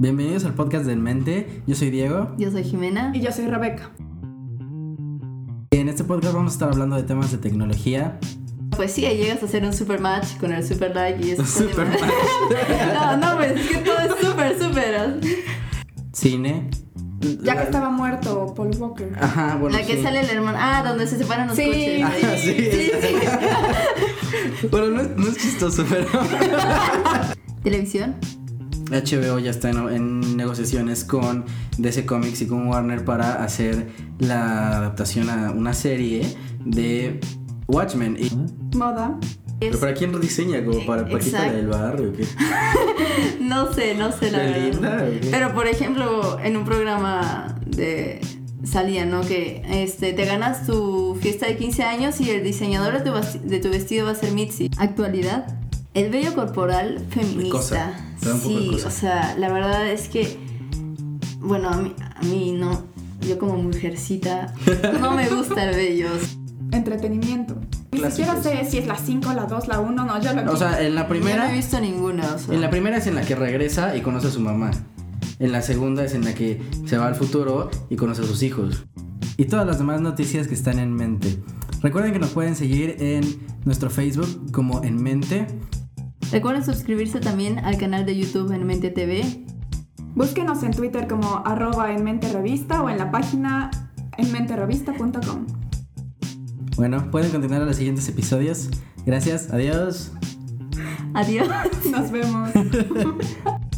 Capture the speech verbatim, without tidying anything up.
Bienvenidos al podcast del Mente. Yo soy Diego. Yo soy Jimena. Y yo soy Rebeca. En este podcast vamos a estar hablando de temas de tecnología. Pues sí, ahí llegas a hacer un super match con el super like y eso. Super match. No, no, pues es que todo es súper, súper. Cine. Ya que estaba muerto Paul Walker. Ajá, bueno, La que sí. sale el hermano. Ah, donde se separan los Sí. coches. Ah, sí. sí, sí. Bueno, no es, no es chistoso, pero Televisión. H B O ya está en, en negociaciones con D C Comics y con Warner para hacer la adaptación a una serie de Watchmen. Y, Moda. ¿pero para quién diseña? ¿Como para Paquita Exacto. del Barrio o qué? No sé, no sé la ¿Belinda verdad. o qué? Pero por ejemplo, en un programa de salía, ¿no? Que este te ganas tu fiesta de quince años y el diseñador de tu, bas- de tu vestido va a ser Mitzi. Actualidad. El vello corporal feminista. Cosa. Te da un poco de Sí, cosa. o sea, la verdad es que bueno, a mí, a mí no, yo como mujercita no me gusta el vello. Entretenimiento. Ni Clásicos. siquiera sé si es la cinco, la dos, la uno, no, yo lo O sea, en la Yo primera... no he visto ninguna, o sea. En la primera es en la que regresa y conoce a su mamá. En la segunda es en la que se va al futuro y conoce a sus hijos. Y todas las demás noticias que están en mente. Recuerden que nos pueden seguir en nuestro Facebook como En Mente. Recuerden suscribirse también al canal de YouTube En Mente T V. Búsquenos en Twitter como arroba en mente revista o en la página en mente revista punto com. Bueno, pueden continuar a los siguientes episodios. Gracias, adiós. Adiós. Nos vemos.